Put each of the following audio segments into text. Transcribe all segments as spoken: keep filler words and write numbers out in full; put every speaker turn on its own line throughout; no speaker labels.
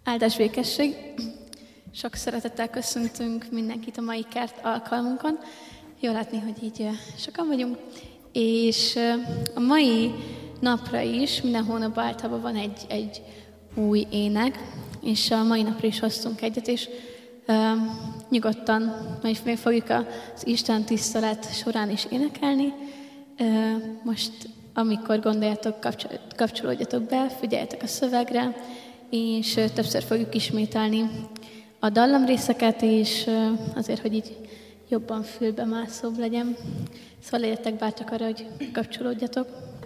Áldás békesség! Sok szeretettel köszöntünk mindenkit a mai kert alkalmunkon. Jó látni, hogy így sokan vagyunk. És a mai napra is, minden hónapban általában van egy, egy új ének, és a mai napra is hoztunk egyet, és uh, nyugodtan majd még fogjuk az Isten tisztelet során is énekelni. Uh, most, amikor gondoljátok, kapcsol, kapcsolódjatok be, figyeljetek a szövegre, és uh, többször fogjuk ismételni a dallamrészeket, és uh, azért, hogy így jobban fülbemászóbb legyen. Szóval legyetek bátrak arra, hogy kapcsolódjatok.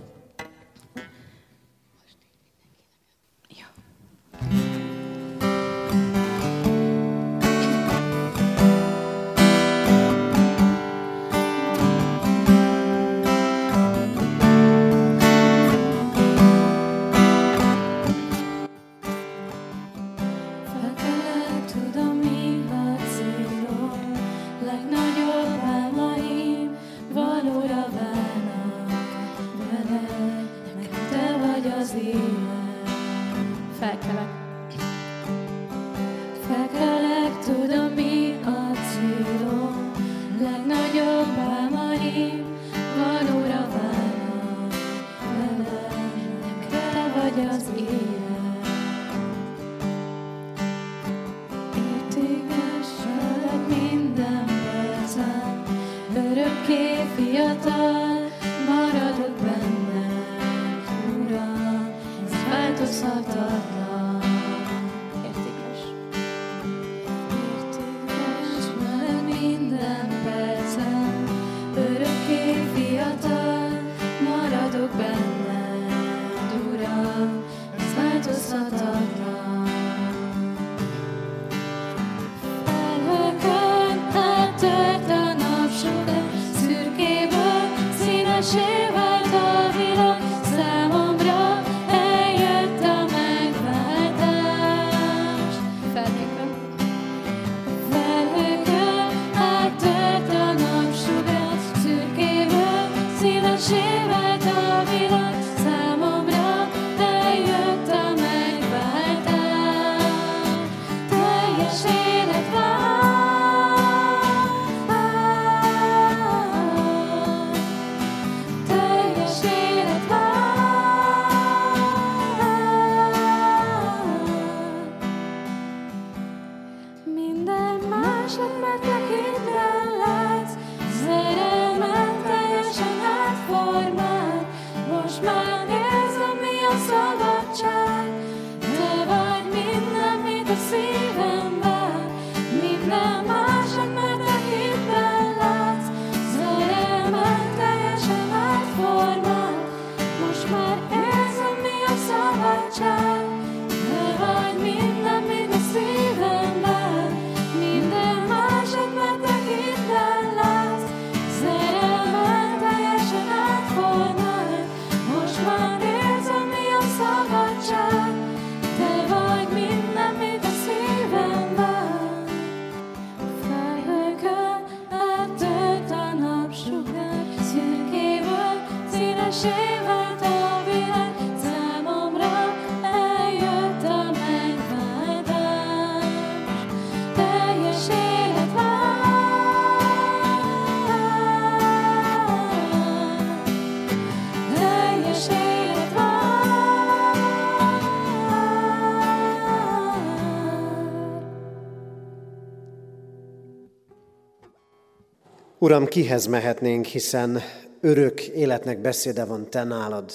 Uram, kihez mehetnénk, hiszen örök életnek beszéde van Te nálad,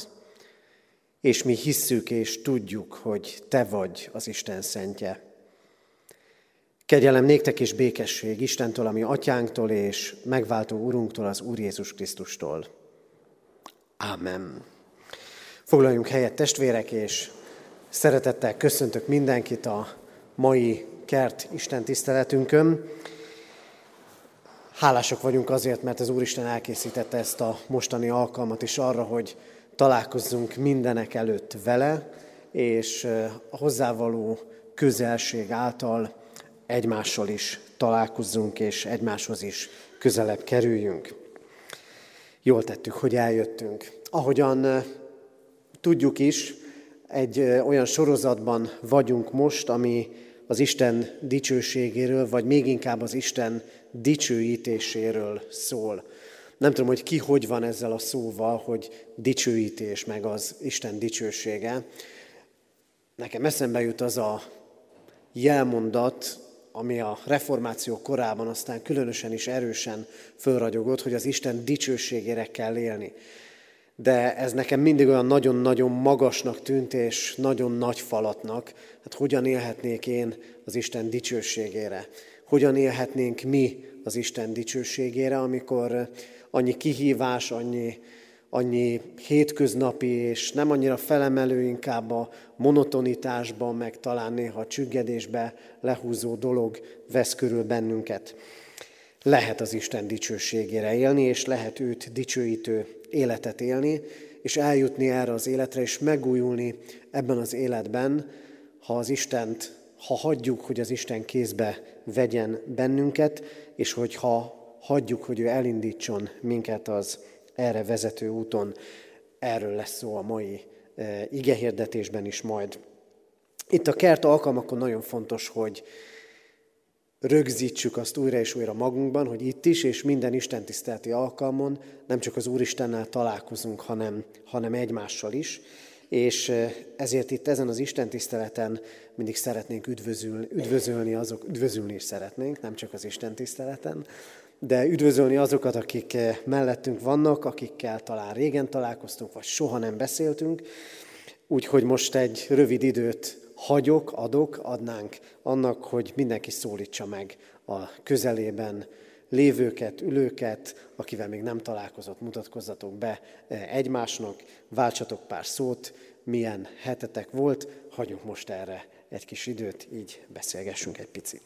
és mi hisszük és tudjuk, hogy Te vagy az Isten szentje. Kegyelem néktek és békesség Istentől, ami Atyánktól és megváltó Urunktól, az Úr Jézus Krisztustól. Ámen. Foglaljunk helyet, testvérek, és szeretettel köszöntök mindenkit a mai kert Isten tiszteletünkön. Hálások vagyunk azért, mert az Úristen elkészítette ezt a mostani alkalmat is arra, hogy találkozzunk mindenek előtt vele, és a hozzávaló közelség által egymással is találkozzunk, és egymáshoz is közelebb kerüljünk. Jól tettük, hogy eljöttünk. Ahogyan tudjuk is, Egy olyan sorozatban vagyunk most, ami az Isten dicsőségéről, vagy még inkább az Isten dicsőítéséről szól. Nem tudom, hogy ki hogy van ezzel a szóval, hogy dicsőítés, meg az Isten dicsősége. Nekem eszembe jut az a jelmondat, ami a reformáció korában aztán különösen is erősen fölragyogott, hogy az Isten dicsőségére kell élni. De ez nekem mindig olyan nagyon-nagyon magasnak tűnt, és nagyon nagy falatnak. Hát hogyan élhetnék én az Isten dicsőségére? Hogyan élhetnénk mi az Isten dicsőségére, amikor annyi kihívás, annyi, annyi hétköznapi, és nem annyira felemelő, inkább a monotonitásban, meg talán néha a csüggedésbe lehúzó dolog vesz körül bennünket. Lehet az Isten dicsőségére élni, és lehet őt dicsőítő életet élni, és eljutni erre az életre, és megújulni ebben az életben, ha az Istent, ha hagyjuk, hogy az Isten kézbe vegyen bennünket, és hogyha hagyjuk, hogy ő elindítson minket az erre vezető úton. Erről lesz szó a mai e, igehirdetésben is majd. Itt a kert alkalmakon nagyon fontos, hogy rögzítsük azt újra és újra magunkban, hogy itt is, és minden istentiszteleti alkalmon nem csak az Úristennel találkozunk, hanem, hanem egymással is. És ezért itt ezen az istentiszteleten mindig szeretnénk üdvözölni, üdvözölni azok, üdvözölni is szeretnénk, nem csak az istentiszteleten, de üdvözölni azokat, akik mellettünk vannak, akikkel talán régen találkoztunk, vagy soha nem beszéltünk. Úgyhogy most egy rövid időt hagyok, adok, adnánk annak, hogy mindenki szólítsa meg a közelében lévőket, ülőket, akivel még nem találkozott, mutatkozzatok be egymásnak, váltsatok pár szót, milyen hetetek volt, hagyjunk most erre egy kis időt, így beszélgessünk egy picit.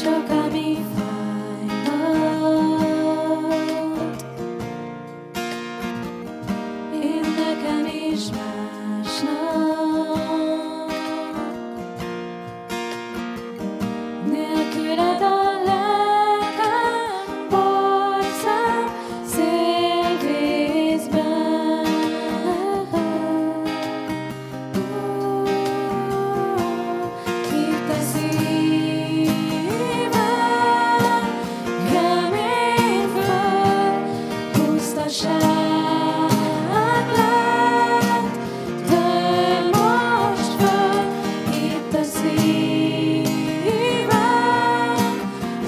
csak ami fájhat. Én nekem is másnak, nélküled a lelkem porszál szélvízben. Itt a szívem, kemény föld, pusztaság lett, tör most föl. Itt a szívem,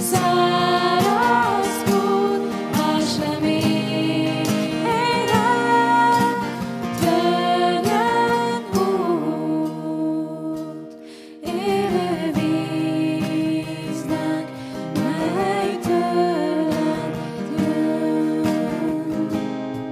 száraz kút, más nem ér el, törjön út, élő víznek, mely tőled jön.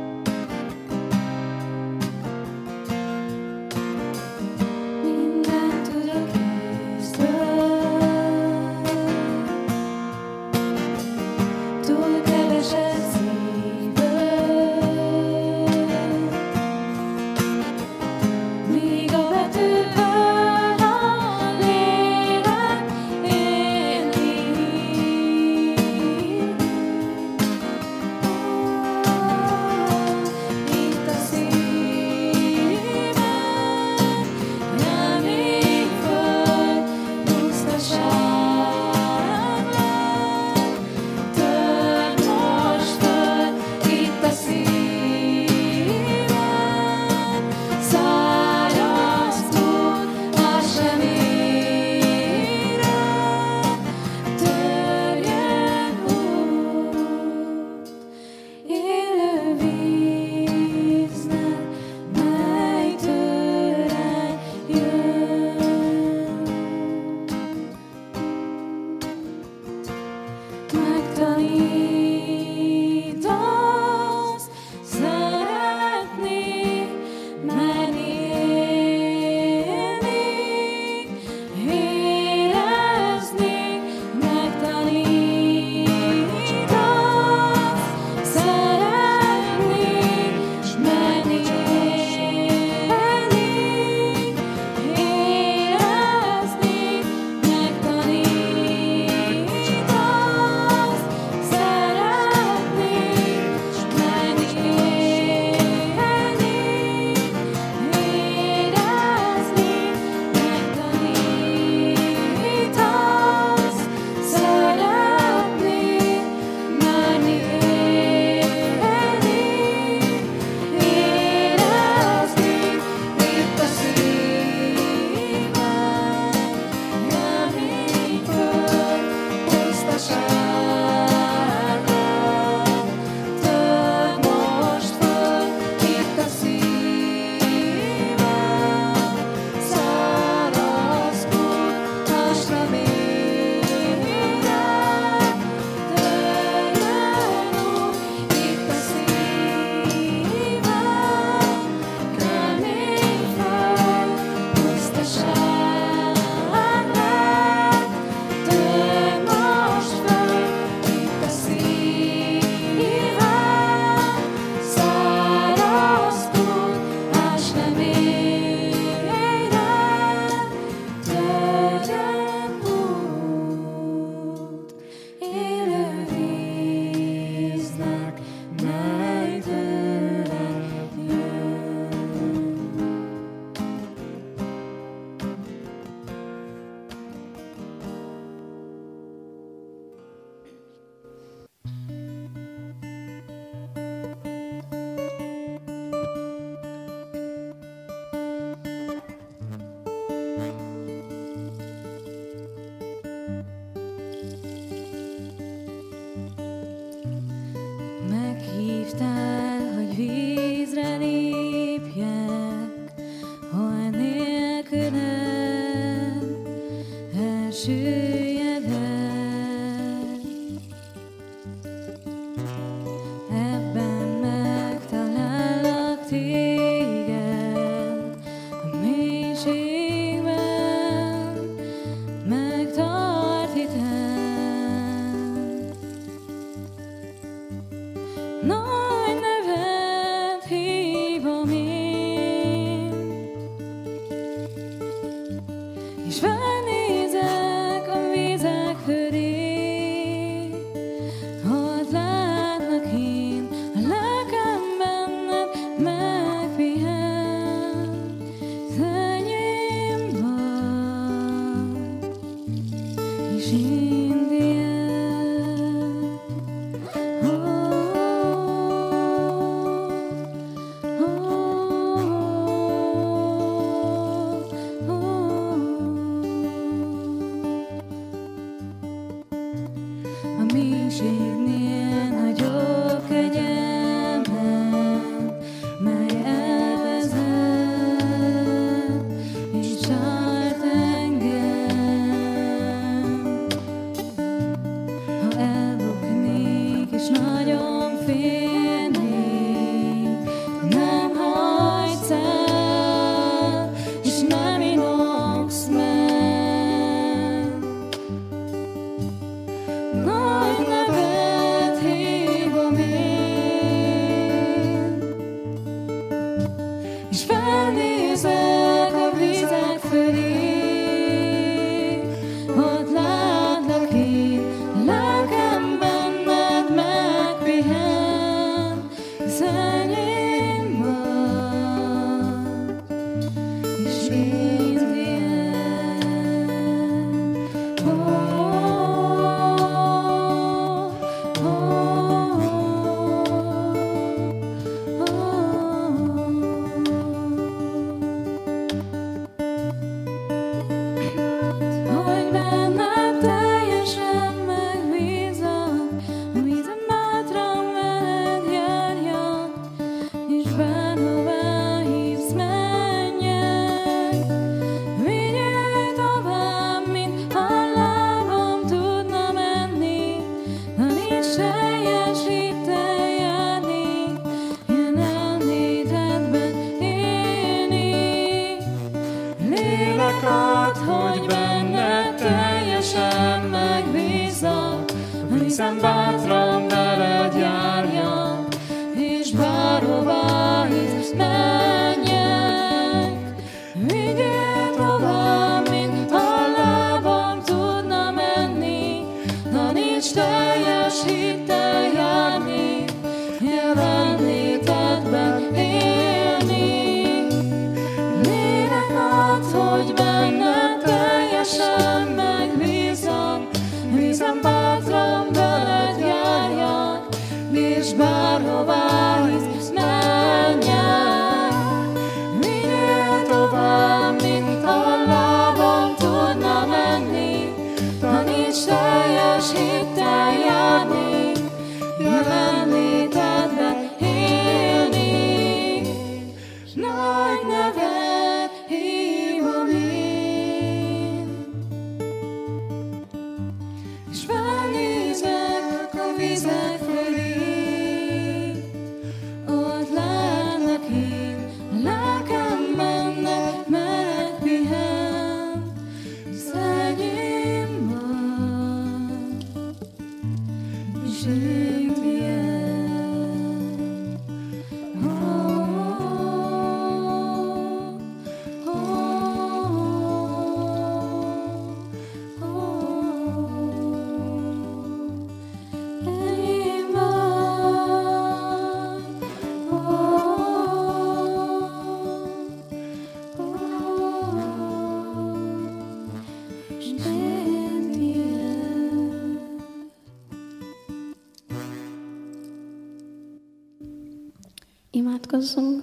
felnézek a vizek fölé, ott látlak én, lelkem benned megpihen, hiszen én vagy, és én tiéd. Oh, oh, oh, hogy benned teljesen megbízom, amit bátran veled járjak, és bárhová hívsz, menjek. Vigyél tovább, mint a lábam tudna menni, ha nincs teljes hittel járni, jelenlétedben élni. Lélek ad, hogy benned teljesen megbízzak, hiszen bátran veled járjak, és bárhová hívsz, menjek. Vigyél tovább, mint a lábam tudna menni, ha nincs teljes hittel járni, jelenlétedben élni. Lélek ad, hogy benned teljesen megbízom, hiszen bátran veled járjak, és bárhová hívsz, menjek. Vigyél tovább, mint a lábam tudna menni, ha nincs teljes hittel járni, jelenlétedben élni. Nagy nevet hívom én, és felnézek a vizek fölé, ott látlak én, lelkem benned megpihen, hiszen én vagy, és én tiéd. Oh, oh, oh, oh. Én vagy. Oh, oh, és én tiéd.
Imádkozzunk.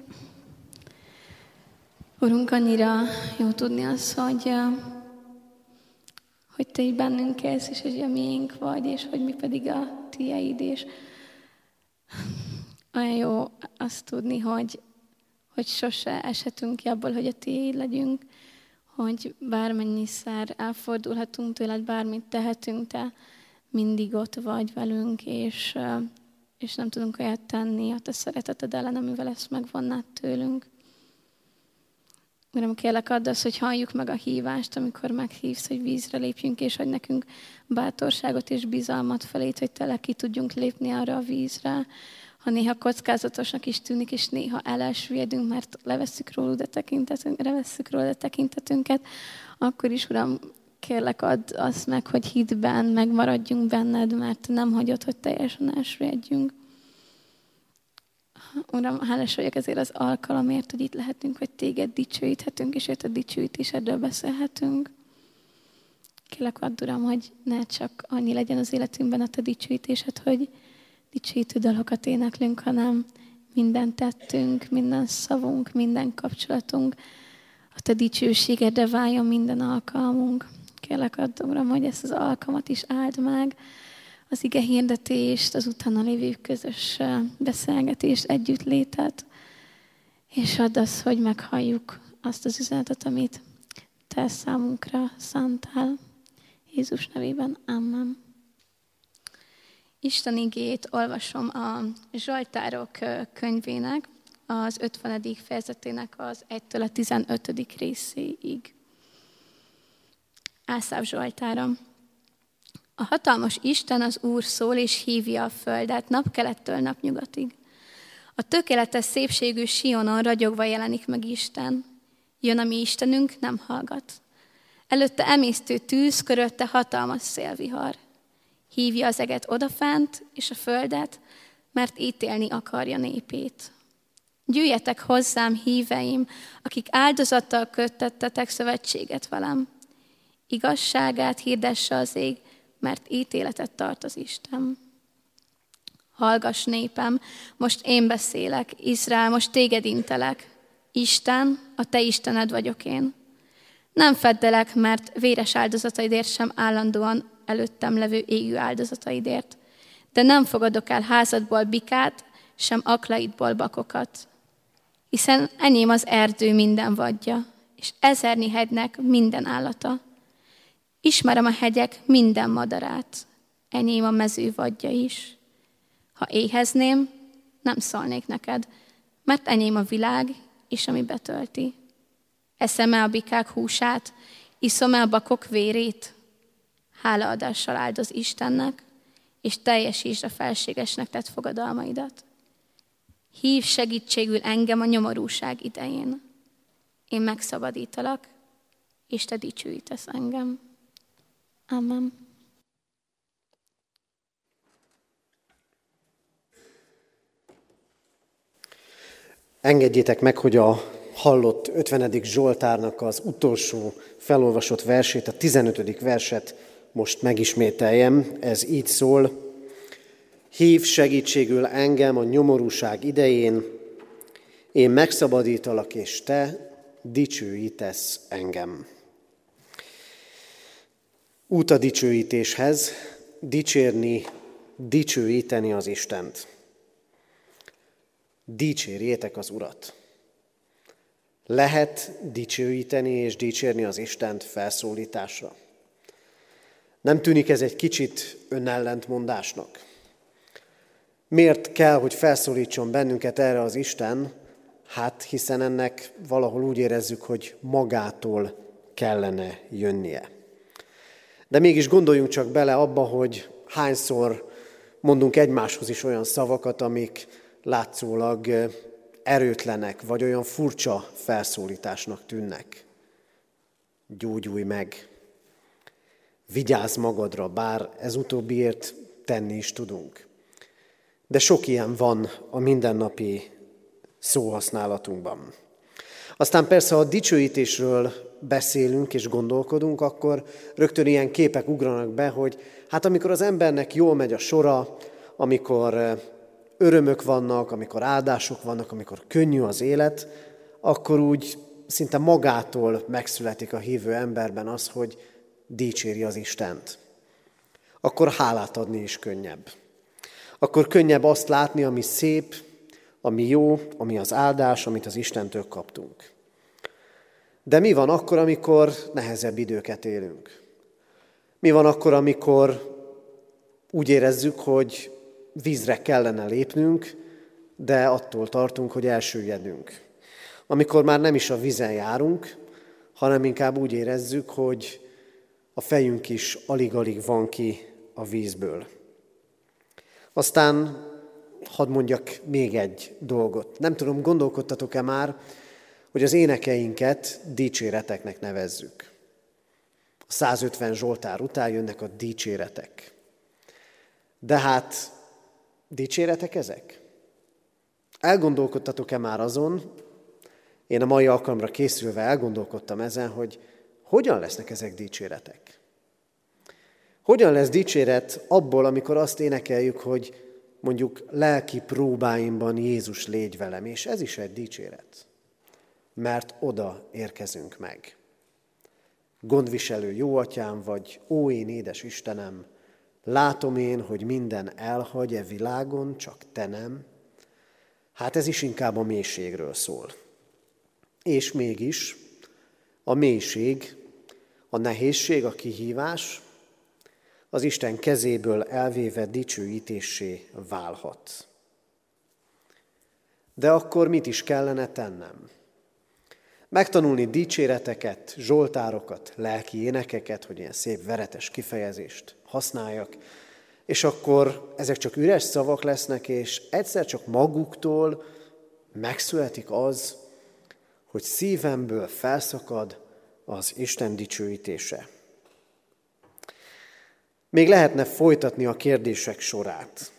Urunk, annyira jó tudni az, hogy, eh, hogy Te így bennünk élsz, és hogy a miénk vagy, és hogy mi pedig a Tieid, és olyan jó azt tudni, hogy, hogy sose eshetünk ki abból, hogy a Tiéd legyünk, hogy bármennyiszer elfordulhatunk tőled, bármit tehetünk, Te mindig ott vagy velünk, és, eh, és nem tudunk olyat tenni a Te szereteted ellen, amivel ezt megvonnád tőlünk. Uram, kérlek, add azt, hogy halljuk meg a hívást, amikor meghívsz, hogy vízre lépjünk, és hogy nekünk bátorságot és bizalmat felét, hogy tele ki tudjunk lépni arra a vízre. Ha néha kockázatosnak is tűnik, és néha elesüllyedünk, mert levesszük róla a tekintetünk, levesszük róla a tekintetünket, akkor is, Uram, kérlek, add azt meg, hogy hitben megmaradjunk benned, mert nem hagyod, hogy teljesen elsüllyedjünk. Uram, hálás vagyok ezért az alkalomért, hogy itt lehetünk, hogy Téged dicsőíthetünk, és a dicsőítésedről beszélhetünk. Kérlek, add, Uram, hogy ne csak annyi legyen az életünkben a Te dicsőítésed, hogy dicsőítő dalokat éneklünk, hanem minden tettünk, minden szavunk, minden kapcsolatunk a Te dicsőségedre váljon minden alkalmunk. Kérlek, add, Uram, hogy ezt az alkalmat is áld meg, az ige hirdetést, az utána lévő közös beszélgetést, együttlétet, és add azt, hogy meghalljuk azt az üzenetet, amit Te számunkra szántál. Jézus nevében, amen. Isten igét olvasom a Zsoltárok könyvének, az ötvenedik fejezetének az egytől a tizenötödik részéig. Ászáf Zsoltára. A hatalmas Isten, az Úr szól és hívja a földet napkelettől napnyugatig. A tökéletes szépségű Sionon ragyogva jelenik meg Isten. Jön a mi Istenünk, nem hallgat. Előtte emésztő tűz, körötte hatalmas szélvihar. Hívja az eget odafent és a földet, mert ítélni akarja népét. Gyűjjetek hozzám, híveim, akik áldozattal köttettetek szövetséget velem. Igazságát hirdesse az ég, mert ítéletet tart az Isten. Hallgass, népem, most én beszélek, Izrael, most téged intelek. Isten, a te Istened vagyok én. Nem feddelek, mert véres áldozataidért sem állandóan előttem levő égő áldozataidért. De nem fogadok el házadból bikát, sem aklaidból bakokat. Hiszen enyém az erdő minden vadja, és ezernyi hegynek minden állata. Ismerem a hegyek minden madarát, enyém a mező vadja is. Ha éhezném, nem szólnék neked, mert enyém a világ, és ami betölti. Eszem-e a bikák húsát, iszom-e a bakok vérét? Hálaadással áldoz Istennek, és teljesítsd a felségesnek tett fogadalmaidat. Hívj segítségül engem a nyomorúság idején. Én megszabadítalak, és te dicsőítesz engem. Amen.
Engedjétek meg, hogy a hallott ötvenedik Zsoltárnak az utolsó felolvasott versét, a tizenötödik verset most megismételjem. Ez így szól. Hívj segítségül engem a nyomorúság idején, én megszabadítalak, és te dicsőítesz engem. Út a dicsőítéshez, dicsérni, dicsőíteni az Istent. Dicsérjétek az Urat. Lehet dicsőíteni és dicsérni az Istent felszólításra. Nem tűnik ez egy kicsit önellentmondásnak? Miért kell, hogy felszólítson bennünket erre az Isten? Hát hiszen ennek valahol úgy érezzük, hogy magától kellene jönnie. De mégis gondoljunk csak bele abba, hogy hányszor mondunk egymáshoz is olyan szavakat, amik látszólag erőtlenek, vagy olyan furcsa felszólításnak tűnnek. Gyógyulj meg, vigyázz magadra, bár ez utóbbiért tenni is tudunk. De sok ilyen van a mindennapi szóhasználatunkban. Aztán persze, ha a dicsőítésről beszélünk és gondolkodunk, akkor rögtön ilyen képek ugranak be, hogy hát amikor az embernek jól megy a sora, amikor örömök vannak, amikor áldások vannak, amikor könnyű az élet, akkor úgy szinte magától megszületik a hívő emberben az, hogy dicséri az Istent. Akkor hálát adni is könnyebb. Akkor könnyebb azt látni, ami szép, ami jó, ami az áldás, amit az Istentől kaptunk. De mi van akkor, amikor nehezebb időket élünk? Mi van akkor, amikor úgy érezzük, hogy vízre kellene lépnünk, de attól tartunk, hogy elsüllyedünk? Amikor már nem is a vízen járunk, hanem inkább úgy érezzük, hogy a fejünk is alig-alig van ki a vízből. Aztán hadd mondjak még egy dolgot. Nem tudom, gondolkodtatok-e már, hogy az énekeinket dicséreteknek nevezzük. A százötven Zsoltár után jönnek a dicséretek. De hát dicséretek ezek? Elgondolkodtatok-e már azon, én a mai alkalomra készülve elgondolkodtam ezen, hogy hogyan lesznek ezek dicséretek? Hogyan lesz dicséret abból, amikor azt énekeljük, hogy mondjuk lelki próbáimban Jézus légy velem, és ez is egy dicséret, mert oda érkezünk meg. Gondviselő jó atyám vagy, ó én édes Istenem, látom én, hogy minden elhagy e világon, csak te nem. Hát ez is inkább a mélységről szól. És mégis a mélység, a nehézség, a kihívás az Isten kezéből elvéve dicsőítésé válhat. De akkor mit is kellene tennem? Megtanulni dicséreteket, zsoltárokat, lelki énekeket, hogy ilyen szép veretes kifejezést használjak, és akkor ezek csak üres szavak lesznek, és egyszer csak maguktól megszületik az, hogy szívemből felszakad az Isten dicsőítése. Még lehetne folytatni a kérdések sorát.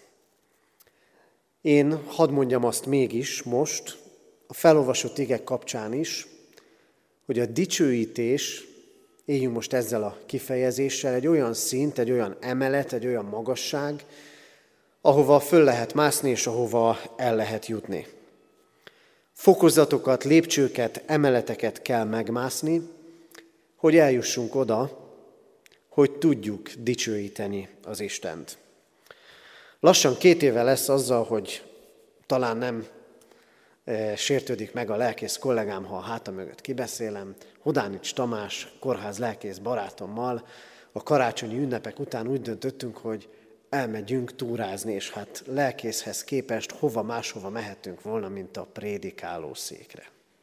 Én hadd mondjam azt mégis most, a felolvasott igek kapcsán is, hogy a dicsőítés, éljünk most ezzel a kifejezéssel, egy olyan szint, egy olyan emelet, egy olyan magasság, ahova föl lehet mászni, és ahova el lehet jutni. Fokozatokat, lépcsőket, emeleteket kell megmászni, hogy eljussunk oda, hogy tudjuk dicsőíteni az Istent. Lassan két éve lesz azzal, hogy talán nem e, sértődik meg a lelkész kollégám, ha a háta mögött kibeszélem. Hodánics Tamás, kórház lelkész barátommal a karácsonyi ünnepek után úgy döntöttünk, hogy elmegyünk túrázni, és hát lelkészhez képest hova máshova mehetünk volna, mint a prédikálószékre.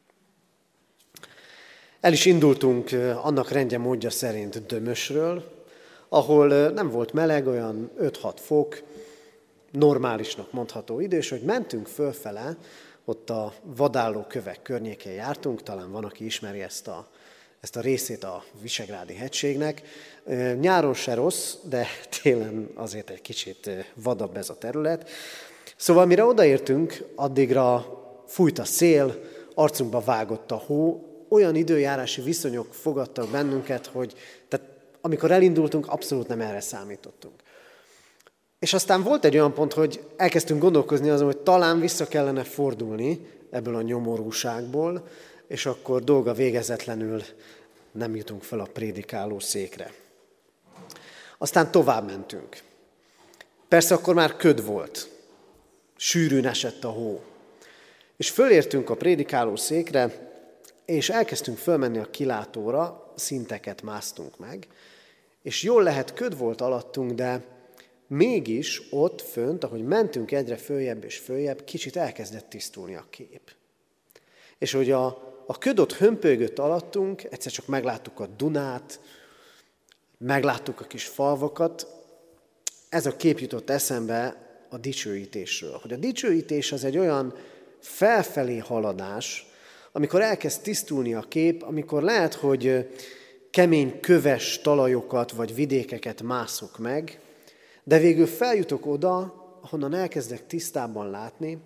El is indultunk annak rendje módja szerint Dömösről, ahol nem volt meleg, olyan öt-hat fok, normálisnak mondható idő, és hogy mentünk fölfele, ott a vadállókövek környékén jártunk, talán van, aki ismeri ezt a, ezt a részét a Visegrádi hegységnek. Nyáron se rossz, de télen azért egy kicsit vadabb ez a terület. Szóval mire odaértünk, addigra fújt a szél, arcunkba vágott a hó, olyan időjárási viszonyok fogadtak bennünket, hogy tehát amikor elindultunk, abszolút nem erre számítottunk. És aztán volt egy olyan pont, hogy elkezdtünk gondolkozni azon, hogy talán vissza kellene fordulni ebből a nyomorúságból, és akkor dolga végezetlenül nem jutunk fel a prédikáló székre. Aztán tovább mentünk. Persze akkor már köd volt, sűrűn esett a hó. És fölértünk a prédikáló székre, és elkezdtünk fölmenni a kilátóra, szinteket másztunk meg, és jól lehet, köd volt alattunk, de mégis ott fönt, ahogy mentünk egyre följebb és följebb, kicsit elkezdett tisztulni a kép. És hogy a, a köd ott hömpölygött alattunk, egyszer csak megláttuk a Dunát, megláttuk a kis falvakat, ez a kép jutott eszembe a dicsőítésről. Hogy a dicsőítés az egy olyan felfelé haladás, amikor elkezd tisztulni a kép, amikor lehet, hogy kemény köves talajokat vagy vidékeket mászok meg, de végül feljutok oda, ahonnan elkezdek tisztában látni,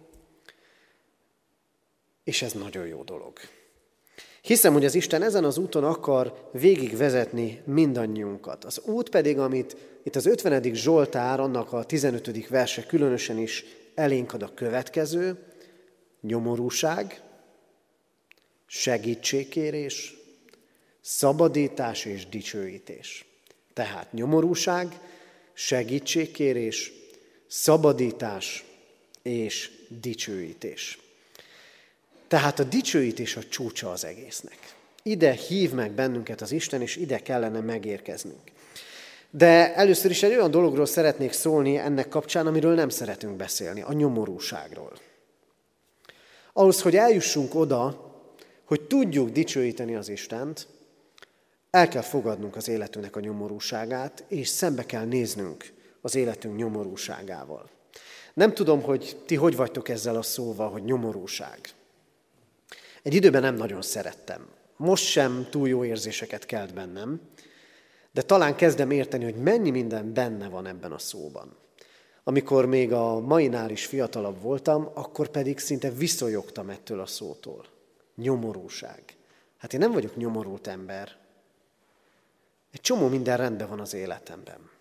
és ez nagyon jó dolog. Hiszem, hogy az Isten ezen az úton akar végigvezetni mindannyiunkat. Az út pedig, amit itt az ötvenedik Zsoltár, annak a tizenötödik verse különösen is elénk ad a következő: nyomorúság, segítségkérés, szabadítás és dicsőítés. Tehát nyomorúság, segítségkérés, szabadítás és dicsőítés. Tehát a dicsőítés a csúcsa az egésznek. Ide hív meg bennünket az Isten, és ide kellene megérkeznünk. De először is egy olyan dologról szeretnék szólni ennek kapcsán, amiről nem szeretünk beszélni, a nyomorúságról. Ahhoz, hogy eljussunk oda, hogy tudjuk dicsőíteni az Istent, el kell fogadnunk az életünknek a nyomorúságát, és szembe kell néznünk az életünk nyomorúságával. Nem tudom, hogy ti hogy vagytok ezzel a szóval, hogy nyomorúság. Egy időben nem nagyon szerettem. Most sem túl jó érzéseket kelt bennem, de talán kezdem érteni, hogy mennyi minden benne van ebben a szóban. Amikor még a mainál is fiatalabb voltam, akkor pedig szinte viszonyogtam ettől a szótól. Nyomorúság. Hát én nem vagyok nyomorult ember. Egy csomó minden rendben van az életemben.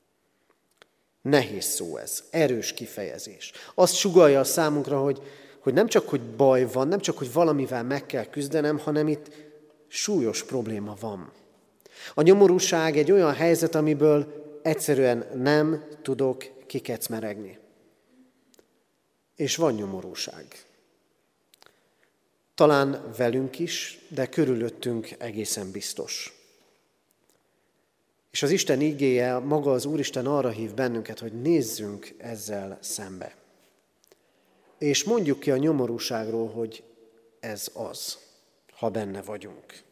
Nehéz szó ez, erős kifejezés. Azt sugallja a számunkra, hogy, hogy nem csak, hogy baj van, nem csak, hogy valamivel meg kell küzdenem, hanem itt súlyos probléma van. A nyomorúság egy olyan helyzet, amiből egyszerűen nem tudok kikecmeregni. És van nyomorúság. Talán velünk is, de körülöttünk egészen biztos. És az Isten igéje, maga az Úristen arra hív bennünket, hogy nézzünk ezzel szembe. És mondjuk ki a nyomorúságról, hogy ez az, ha benne vagyunk.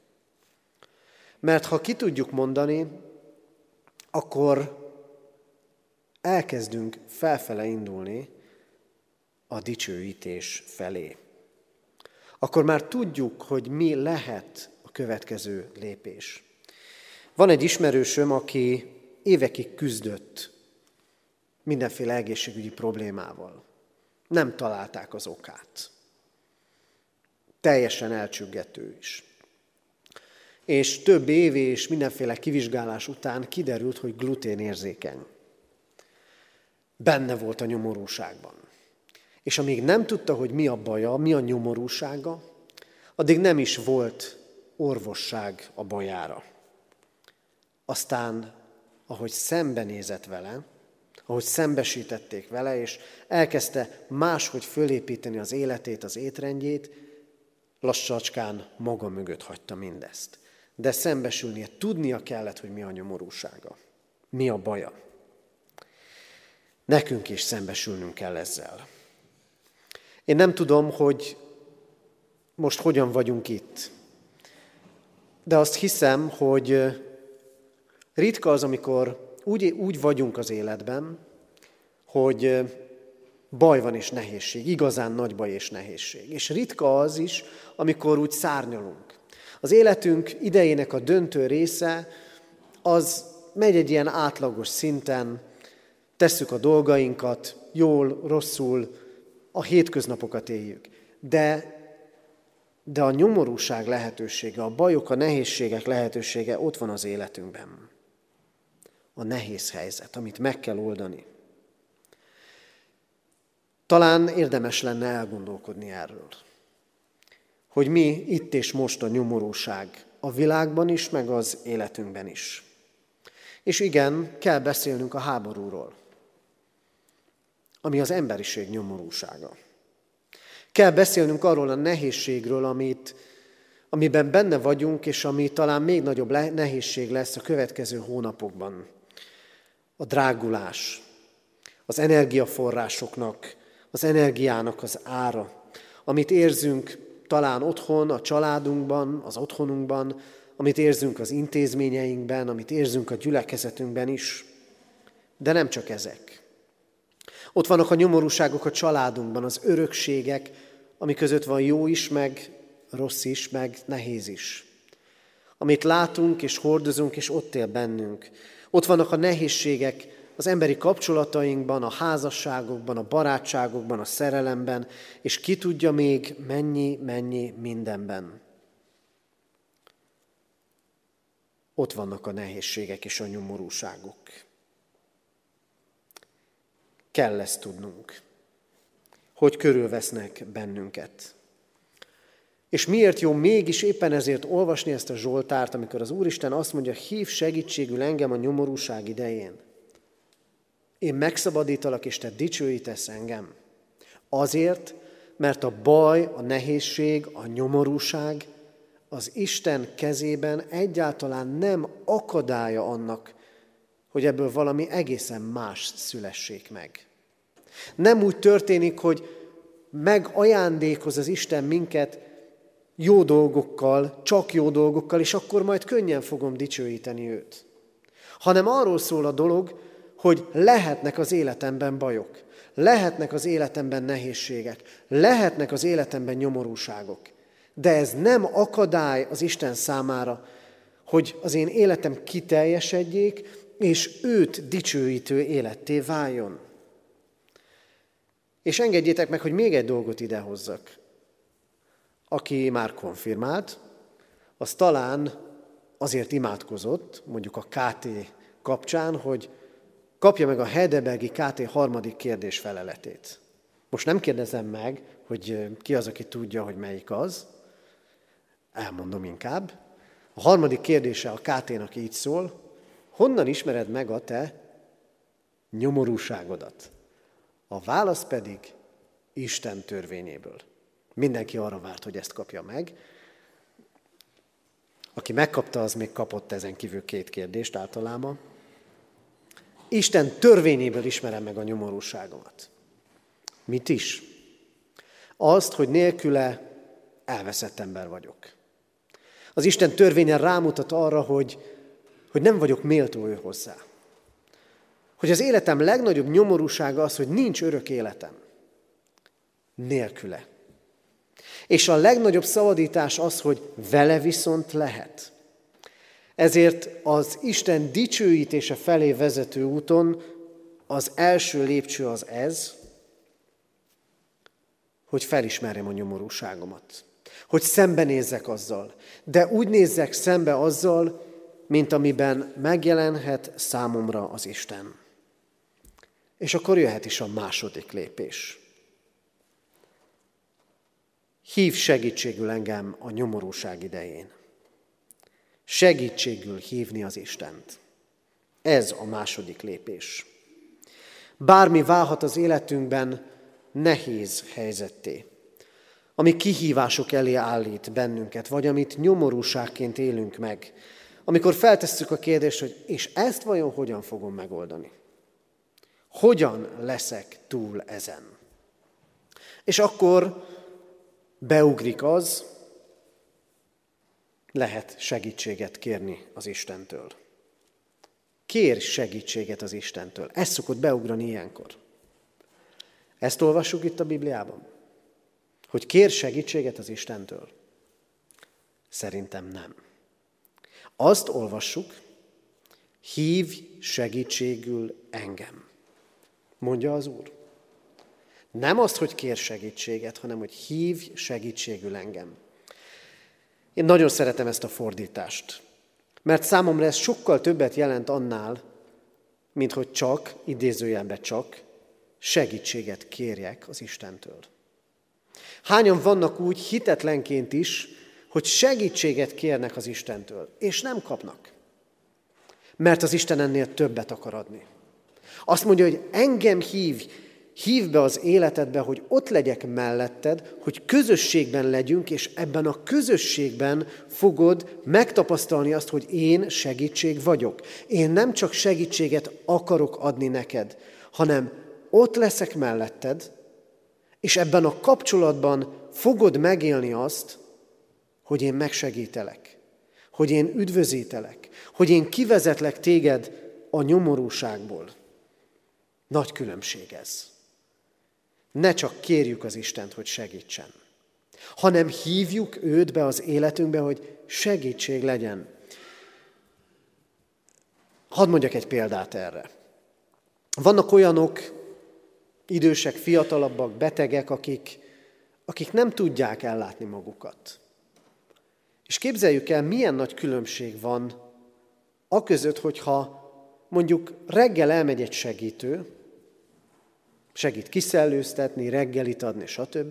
Mert ha ki tudjuk mondani, akkor elkezdünk felfele indulni a dicsőítés felé. Akkor már tudjuk, hogy mi lehet a következő lépés. Van egy ismerősöm, aki évekig küzdött mindenféle egészségügyi problémával. Nem találták az okát. Teljesen elcsüggető is. És több év és mindenféle kivizsgálás után kiderült, hogy gluténérzékeny. Benne volt a nyomorúságban. És amíg nem tudta, hogy mi a baja, mi a nyomorúsága, addig nem is volt orvosság a bajára. Aztán, ahogy szembenézett vele, ahogy szembesítették vele, és elkezdte máshogy fölépíteni az életét, az étrendjét, lassacskán maga mögött hagyta mindezt. De szembesülnie, tudnia kellett, hogy mi a nyomorúsága, mi a baja. Nekünk is szembesülnünk kell ezzel. Én nem tudom, hogy most hogyan vagyunk itt, de azt hiszem, hogy ritka az, amikor úgy, úgy vagyunk az életben, hogy baj van és nehézség, igazán nagy baj és nehézség. És ritka az is, amikor úgy szárnyalunk. Az életünk idejének a döntő része, az megy egy ilyen átlagos szinten, tesszük a dolgainkat, jól, rosszul, a hétköznapokat éljük. De, de a nyomorúság lehetősége, a bajok, a nehézségek lehetősége ott van az életünkben. A nehéz helyzet, amit meg kell oldani. Talán érdemes lenne elgondolkodni erről, hogy mi itt és most a nyomorúság a világban is, meg az életünkben is. És igen, kell beszélnünk a háborúról, ami az emberiség nyomorúsága. Kell beszélnünk arról a nehézségről, amit, amiben benne vagyunk, és ami talán még nagyobb nehézség lesz a következő hónapokban. A drágulás, az energiaforrásoknak, az energiának az ára, amit érzünk talán otthon, a családunkban, az otthonunkban, amit érzünk az intézményeinkben, amit érzünk a gyülekezetünkben is, de nem csak ezek. Ott vannak a nyomorúságok a családunkban, az örökségek, ami között van jó is, meg rossz is, meg nehéz is. Amit látunk és hordozunk, és ott él bennünk. Ott vannak a nehézségek az emberi kapcsolatainkban, a házasságokban, a barátságokban, a szerelemben, és ki tudja még mennyi-mennyi mindenben. Ott vannak a nehézségek és a nyomorúságok. Kell ezt tudnunk, hogy körülvesznek bennünket. És miért jó mégis éppen ezért olvasni ezt a Zsoltárt, amikor az Úristen azt mondja, hív segítségül engem a nyomorúság idején. Én megszabadítalak, és te dicsőítesz engem. Azért, mert a baj, a nehézség, a nyomorúság az Isten kezében egyáltalán nem akadálya annak, hogy ebből valami egészen más szülessék meg. Nem úgy történik, hogy megajándékoz az Isten minket jó dolgokkal, csak jó dolgokkal, és akkor majd könnyen fogom dicsőíteni őt. Hanem arról szól a dolog, hogy lehetnek az életemben bajok, lehetnek az életemben nehézségek, lehetnek az életemben nyomorúságok. De ez nem akadály az Isten számára, hogy az én életem kiteljesedjék, és őt dicsőítő életté váljon. És engedjétek meg, hogy még egy dolgot idehozzak. Aki már konfirmált, az talán azért imádkozott, mondjuk a ká té kapcsán, hogy kapja meg a Heidelbergi ká té harmadik kérdés feleletét. Most nem kérdezem meg, hogy ki az, aki tudja, hogy melyik az. Elmondom inkább. A harmadik kérdése a ká ténak így szól, honnan ismered meg a te nyomorúságodat? A válasz pedig Isten törvényéből. Mindenki arra várt, hogy ezt kapja meg. Aki megkapta, az még kapott ezen kívül két kérdést általában. Isten törvényéből ismerem meg a nyomorúságomat. Mit is? Azt, hogy nélküle elveszett ember vagyok. Az Isten törvénye rámutat arra, hogy, hogy nem vagyok méltó ő hozzá. hogy az életem legnagyobb nyomorúsága az, hogy nincs örök életem nélküle. És a legnagyobb szabadítás az, hogy vele viszont lehet. Ezért az Isten dicsőítése felé vezető úton az első lépcső az ez, hogy felismerjem a nyomorúságomat. Hogy szembenézzek azzal. De úgy nézzek szembe azzal, mint amiben megjelenhet számomra az Isten. És akkor jöhet is a második lépés. Hív segítségül engem a nyomorúság idején. Segítségül hívni az Istent. Ez a második lépés. Bármi válhat az életünkben nehéz helyzetté, ami kihívások elé állít bennünket, vagy amit nyomorúságként élünk meg, amikor feltesszük a kérdést, hogy és ezt vajon hogyan fogom megoldani? Hogyan leszek túl ezen? És akkor beugrik az, lehet segítséget kérni az Istentől. Kér segítséget az Istentől. Ez szokott beugrani ilyenkor. Ezt olvassuk itt a Bibliában? Hogy kér segítséget az Istentől? Szerintem nem. Azt olvassuk, hívj segítségül engem, mondja az Úr. Nem azt, hogy kér segítséget, hanem hogy hívj segítségül engem. Én nagyon szeretem ezt a fordítást, mert számomra ez sokkal többet jelent annál, mint hogy csak, idézőjelben csak, segítséget kérjek az Istentől. Hányan vannak úgy hitetlenként is, hogy segítséget kérnek az Istentől, és nem kapnak. Mert az Isten ennél többet akar adni. Azt mondja, hogy engem hívj, hívd be az életedbe, hogy ott legyek melletted, hogy közösségben legyünk, és ebben a közösségben fogod megtapasztalni azt, hogy én segítség vagyok. Én nem csak segítséget akarok adni neked, hanem ott leszek melletted, és ebben a kapcsolatban fogod megélni azt, hogy én megsegítelek, hogy én üdvözítelek, hogy én kivezetlek téged a nyomorúságból. Nagy különbség ez. Ne csak kérjük az Istent, hogy segítsen, hanem hívjuk őt be az életünkbe, hogy segítség legyen. Hadd mondjak egy példát erre. Vannak olyanok, idősek, fiatalabbak, betegek, akik, akik nem tudják ellátni magukat. És képzeljük el, milyen nagy különbség van aközött, hogyha mondjuk reggel elmegy egy segítő, segít kiszellőztetni, reggelit adni, stb.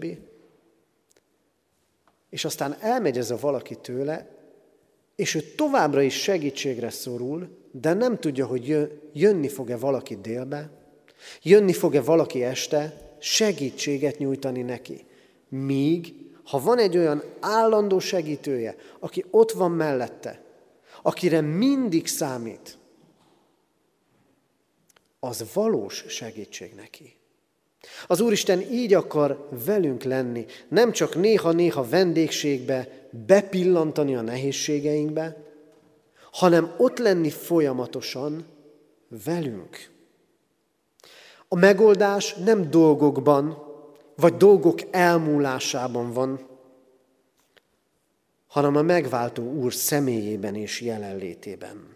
És aztán elmegy ez a valaki tőle, és ő továbbra is segítségre szorul, de nem tudja, hogy jönni fog-e valaki délbe, jönni fog-e valaki este segítséget nyújtani neki. Míg, ha van egy olyan állandó segítője, aki ott van mellette, akire mindig számít, az valós segítség neki. Az Úristen így akar velünk lenni, nem csak néha-néha vendégségbe bepillantani a nehézségeinkbe, hanem ott lenni folyamatosan velünk. A megoldás nem dolgokban, vagy dolgok elmúlásában van, hanem a megváltó Úr személyében és jelenlétében.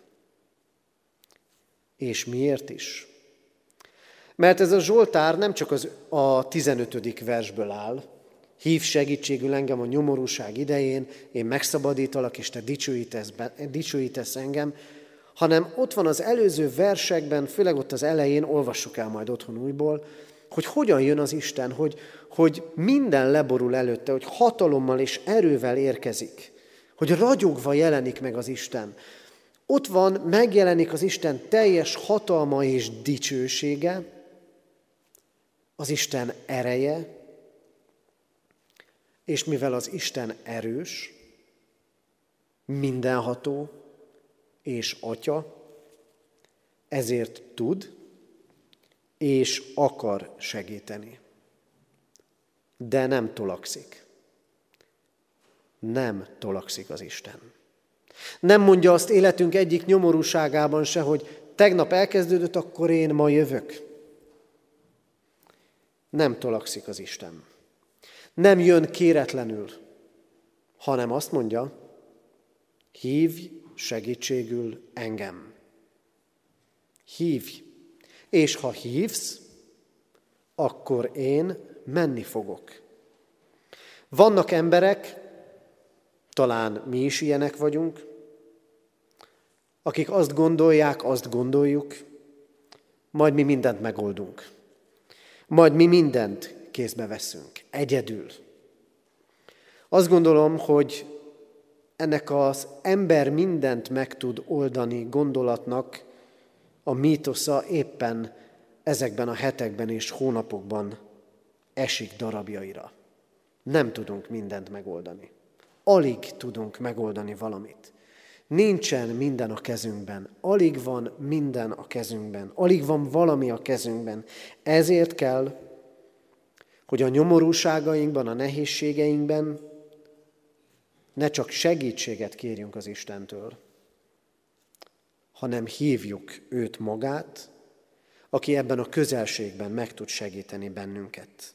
És miért is? Mert ez a Zsoltár nem csak az, a tizenötödik versből áll, hív segítségül engem a nyomorúság idején, én megszabadítalak, és te dicsőítesz, dicsőítesz engem, hanem ott van az előző versekben, főleg ott az elején, olvassuk el majd otthon újból, hogy hogyan jön az Isten, hogy, hogy minden leborul előtte, hogy hatalommal és erővel érkezik, hogy ragyogva jelenik meg az Isten. Ott van, megjelenik az Isten teljes hatalma és dicsősége, az Isten ereje, és mivel az Isten erős, mindenható és Atya, ezért tud és akar segíteni. De nem tolakszik. Nem tolakszik az Isten. Nem mondja azt életünk egyik nyomorúságában se, hogy tegnap elkezdődött, akkor én ma jövök. Nem tolakszik az Isten. Nem jön kéretlenül, hanem azt mondja, hívj segítségül engem. Hívj, és ha hívsz, akkor én menni fogok. Vannak emberek, talán mi is ilyenek vagyunk, akik azt gondolják, azt gondoljuk, majd mi mindent megoldunk. Majd mi mindent kézbe veszünk, egyedül. Azt gondolom, hogy ennek az ember mindent meg tud oldani gondolatnak a mítosza éppen ezekben a hetekben és hónapokban esik darabjaira. Nem tudunk mindent megoldani. Alig tudunk megoldani valamit. Nincsen minden a kezünkben. Alig van minden a kezünkben. Alig van valami a kezünkben. Ezért kell, hogy a nyomorúságainkban, a nehézségeinkben ne csak segítséget kérjünk az Istentől, hanem hívjuk őt magát, aki ebben a közelségben meg tud segíteni bennünket.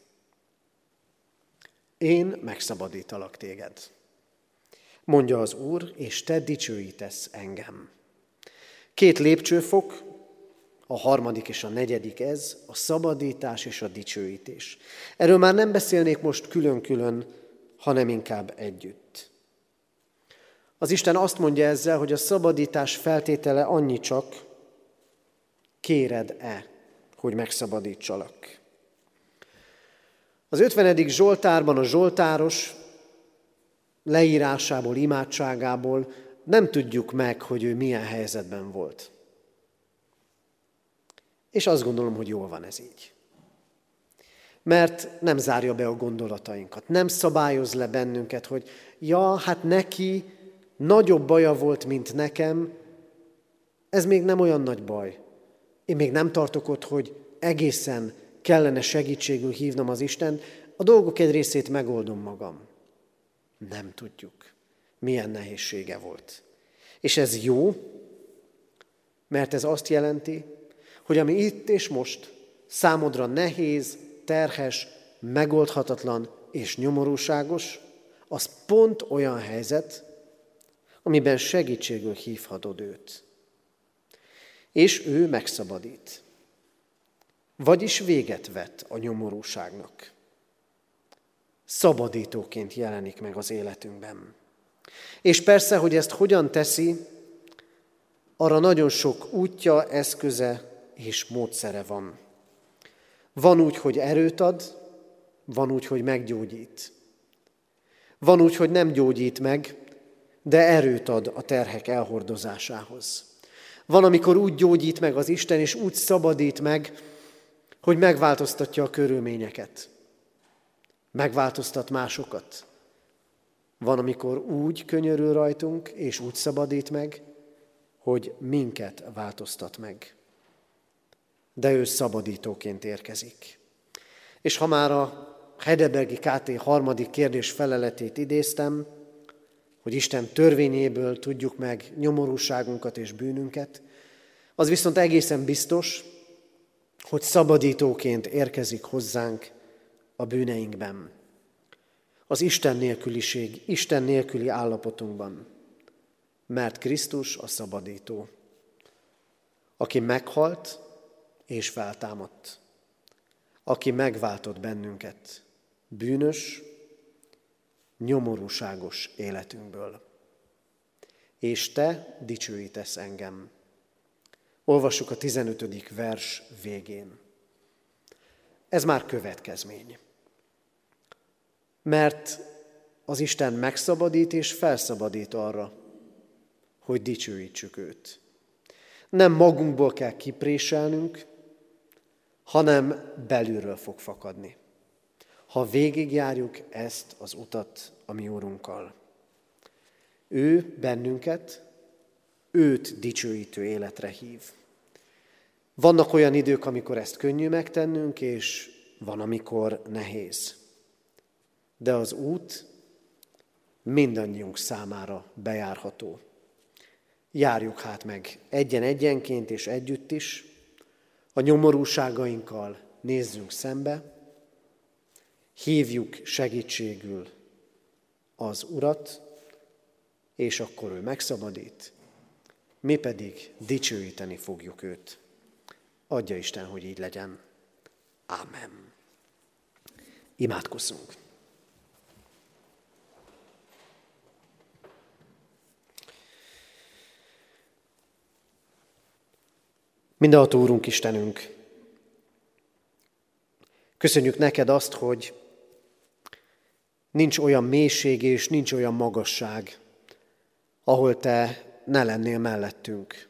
Én megszabadítalak téged, mondja az Úr, és te dicsőítesz engem. Két lépcsőfok, a harmadik és a negyedik ez, a szabadítás és a dicsőítés. Erről már nem beszélnék most külön-külön, hanem inkább együtt. Az Isten azt mondja ezzel, hogy a szabadítás feltétele annyi csak, kéred-e, hogy megszabadítsalak. Az ötvenedik Zsoltárban a zsoltáros leírásából, imádságából nem tudjuk meg, hogy ő milyen helyzetben volt. És azt gondolom, hogy jól van ez így. Mert nem zárja be a gondolatainkat, nem szabályoz le bennünket, hogy ja, hát neki nagyobb baja volt, mint nekem, ez még nem olyan nagy baj. Én még nem tartok ott, hogy egészen kellene segítségül hívnom az Istent, a dolgok egy részét megoldom magam. Nem tudjuk, milyen nehézsége volt. És ez jó, mert ez azt jelenti, hogy ami itt és most számodra nehéz, terhes, megoldhatatlan és nyomorúságos, az pont olyan helyzet, amiben segítségül hívhatod őt. És ő megszabadít. Vagyis véget vet a nyomorúságnak. Szabadítóként jelenik meg az életünkben. És persze, hogy ezt hogyan teszi, arra nagyon sok útja, eszköze és módszere van. Van úgy, hogy erőt ad, van úgy, hogy meggyógyít. Van úgy, hogy nem gyógyít meg, de erőt ad a terhek elhordozásához. Van, amikor úgy gyógyít meg az Isten, és úgy szabadít meg, hogy megváltoztatja a körülményeket. Megváltoztat másokat. Van, amikor úgy könyörül rajtunk, és úgy szabadít meg, hogy minket változtat meg. De ő szabadítóként érkezik. És ha már a Heidelbergi ká té harmadik kérdés feleletét idéztem, hogy Isten törvényéből tudjuk meg nyomorúságunkat és bűnünket, az viszont egészen biztos, hogy szabadítóként érkezik hozzánk a bűneinkben. Az Isten nélküliség, Isten nélküli állapotunkban. Mert Krisztus a szabadító, aki meghalt és feltámadt, aki megváltott bennünket bűnös, nyomorúságos életünkből. És te dicsőítesz engem. Olvassuk a tizenötödik vers végén. Ez már következmény. Mert az Isten megszabadít és felszabadít arra, hogy dicsőítsük őt. Nem magunkból kell kipréselnünk, hanem belülről fog fakadni, ha végigjárjuk ezt az utat a mi Úrunkkal. Ő bennünket, őt dicsőítő életre hív. Vannak olyan idők, amikor ezt könnyű megtennünk, és van, amikor nehéz. De az út mindannyiunk számára bejárható. járjuk hát meg egyen-egyenként és együtt is, a nyomorúságainkkal nézzünk szembe, hívjuk segítségül az Urat, és akkor ő megszabadít, mi pedig dicsőíteni fogjuk őt. Adja Isten, hogy így legyen. Ámen. Imádkozzunk. Mindenható Úrunk, Istenünk, köszönjük neked azt, hogy nincs olyan mélység és nincs olyan magasság, ahol te ne lennél mellettünk.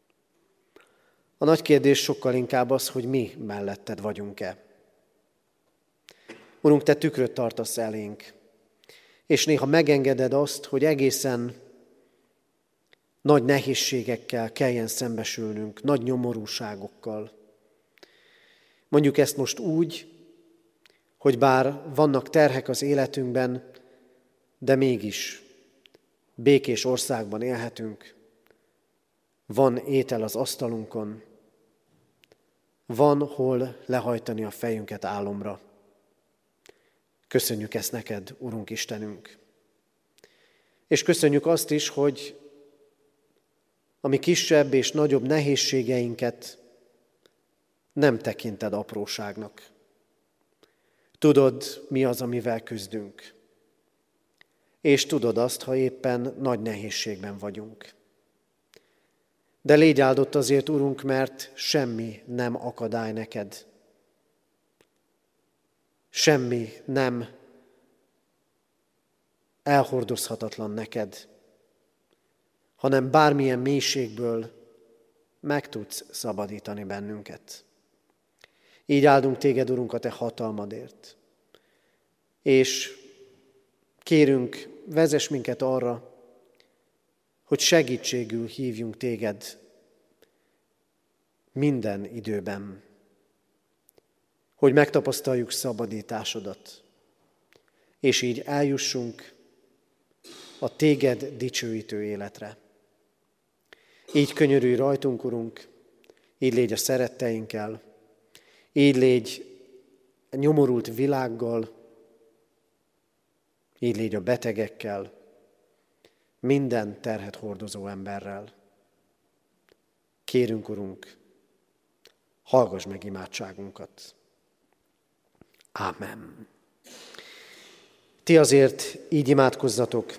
A nagy kérdés sokkal inkább az, hogy mi melletted vagyunk-e. Urunk, te tükröt tartasz elénk, és néha megengeded azt, hogy egészen nagy nehézségekkel kelljen szembesülnünk, nagy nyomorúságokkal. Mondjuk ezt most úgy, hogy bár vannak terhek az életünkben, de mégis békés országban élhetünk, van étel az asztalunkon, van hol lehajtani a fejünket álomra. Köszönjük ezt neked, Urunk Istenünk. És köszönjük azt is, hogy a mi kisebb és nagyobb nehézségeinket nem tekinted apróságnak. Tudod, mi az, amivel küzdünk. És tudod azt, ha éppen nagy nehézségben vagyunk. De légy áldott azért, Urunk, mert semmi nem akadály neked. Semmi nem elhordozhatatlan neked, hanem bármilyen mélységből meg tudsz szabadítani bennünket. Így áldunk téged, Urunk, a te hatalmadért. És kérünk, vezess minket arra, hogy segítségül hívjunk téged minden időben, hogy megtapasztaljuk szabadításodat, és így eljussunk a téged dicsőítő életre. Így könyörülj rajtunk, Urunk, így légy a szeretteinkkel, így légy a nyomorult világgal, így légy a betegekkel, minden terhet hordozó emberrel. Kérünk, Urunk, hallgass meg imádságunkat. Ámen. Ti azért így imádkozzatok.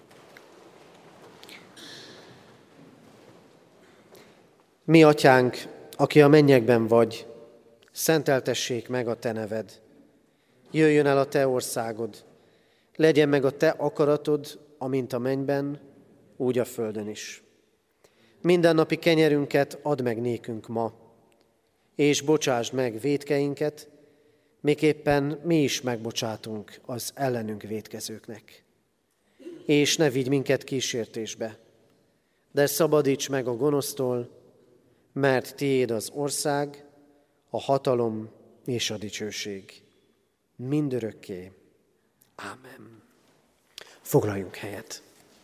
Mi, Atyánk, aki a mennyekben vagy, szenteltessék meg a te neved. Jöjjön el a te országod. Legyen meg a te akaratod, amint a mennyben, úgy a földön is. Mindennapi kenyerünket add meg nékünk ma, és bocsásd meg vétkeinket, miképpen mi is megbocsátunk az ellenünk vétkezőknek. És ne vigy minket kísértésbe, de szabadíts meg a gonosztól, mert tiéd az ország, a hatalom és a dicsőség. Mindörökké. Ámen. Foglaljunk helyet.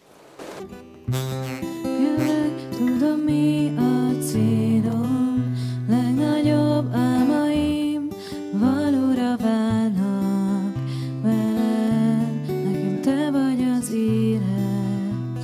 Jövök, tudom, mi a célom, legnagyobb álmaim valóra válnak veled, nekem te vagy az élet.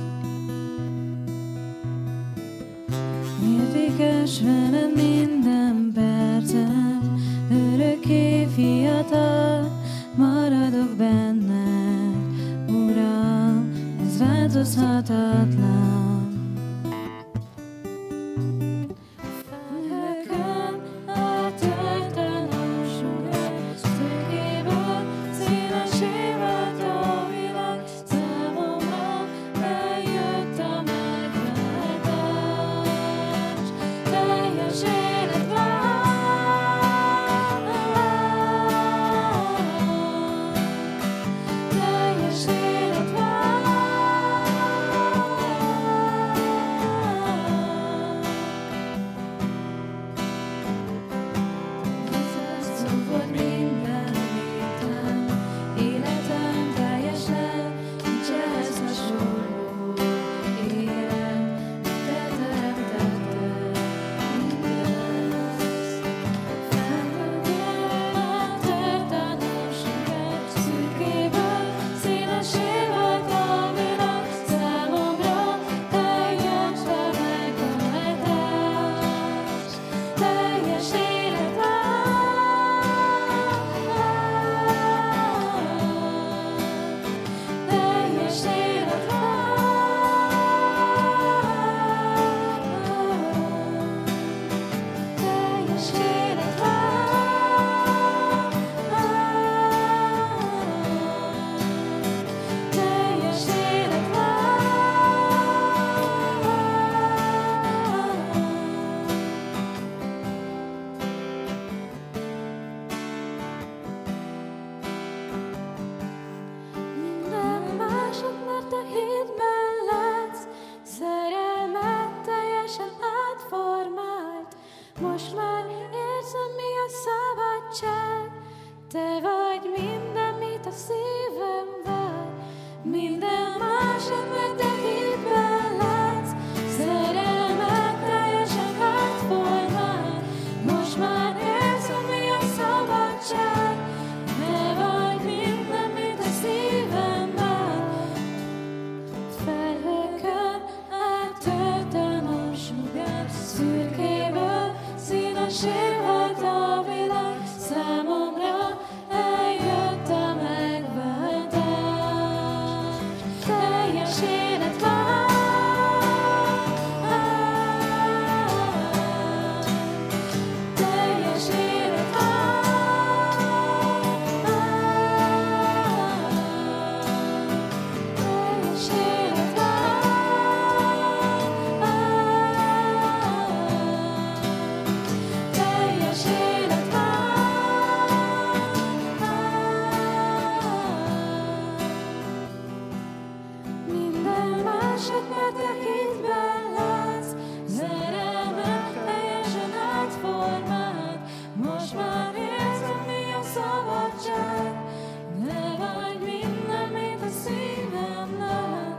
Értékes veled minden percem, örökké fiatal maradok benned, Uram, ez változhatatlan. Felhőkön átöltem a sugar, szökéből szélesé vált a világ, számomra eljött a megváltás, teljes élet vár, teljes élet vár. keresek, mert te hitben látsz. Szerelmet teljesen átformált, most már érzem, mi a szabadság. Ne vagy minden, mint a szívem lát.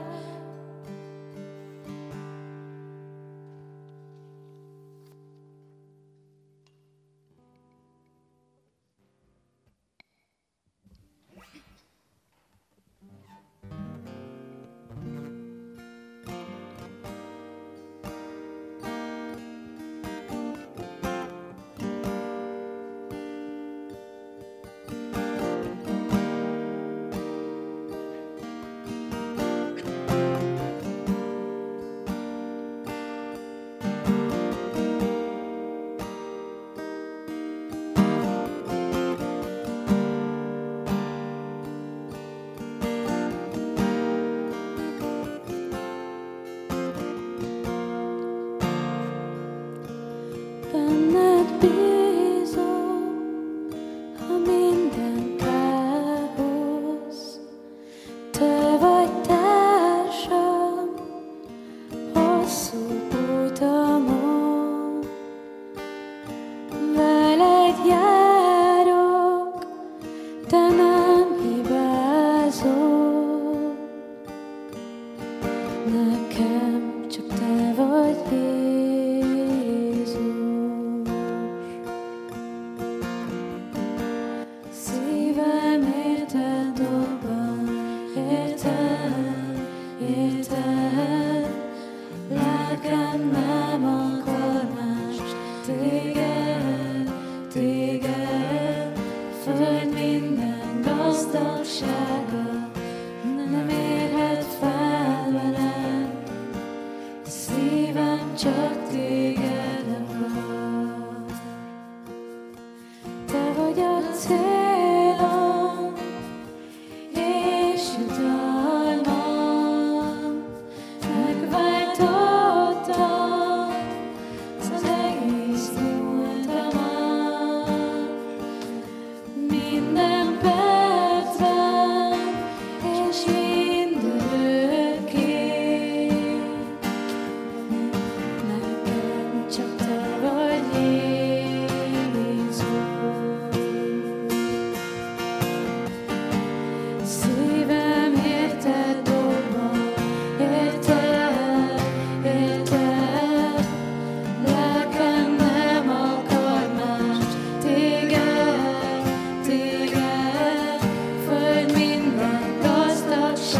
Benned bízom, ha minden káosz. Te vagy társam hosszú utamon. Veled járok, te nem hibázol. Nekem csak te vagy Jézus. Szívem érted dobban, érted, érted. Lelkem nem akar mást, téged, téged. Föld minden gazdagsága nem érhet fel velem. Szívem csak téged akar. Te vagy a célom és jutalmam. Megváltottam az egész múltamat. Minden percben és mindörökké. Nekem csak te vagy Jézus. Szívem érted dobban, érted, érted. Lelkem nem akar mást, téged, téged. Föld minden gazdagsága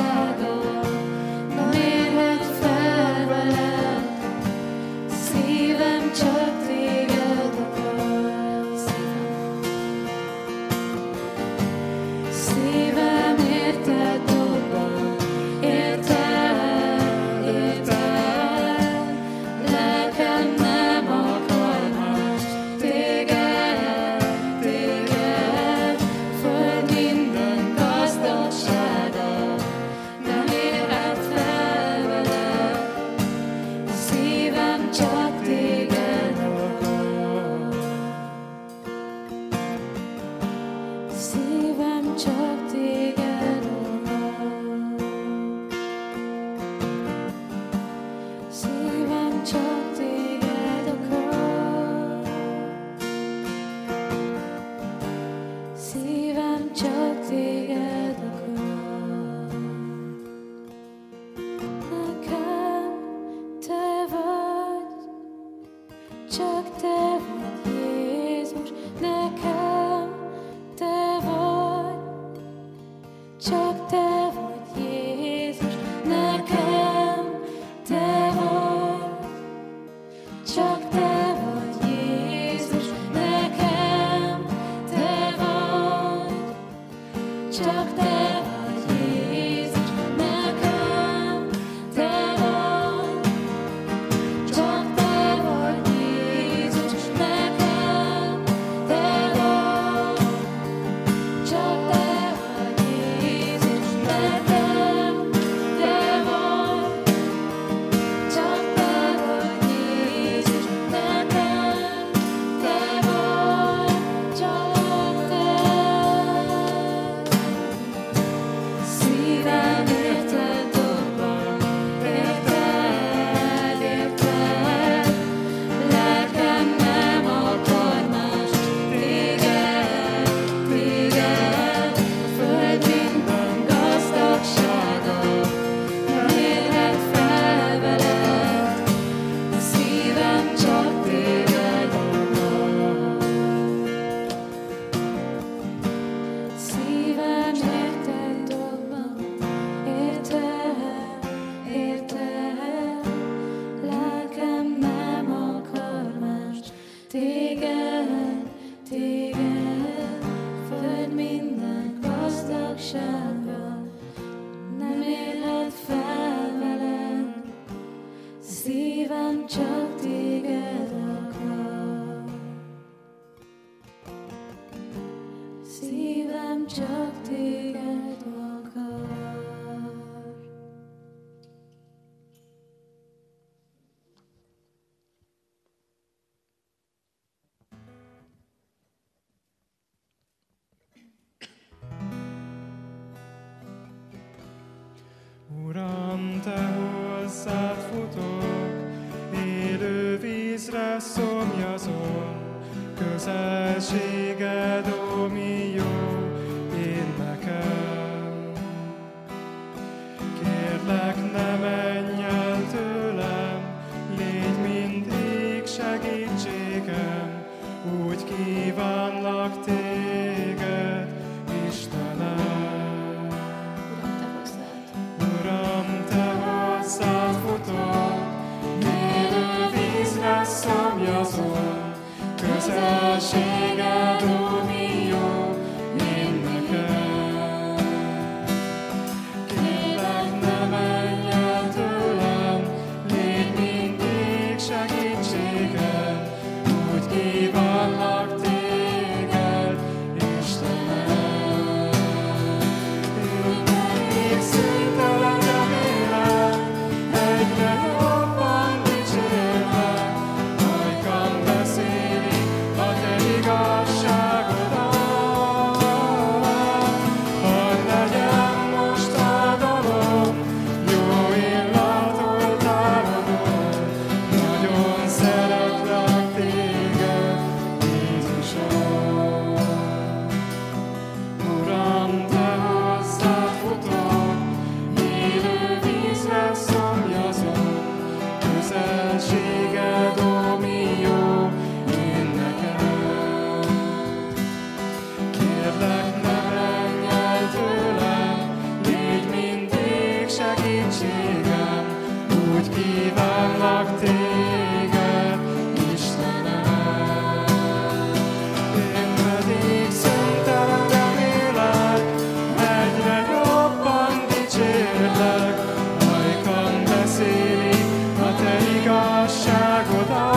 segítségem, úgy kívánlak téged, Istenem. Én pedig szüntelen remélek, egyre jobban dicsérlek, ajkam beszéli a te igazságodat.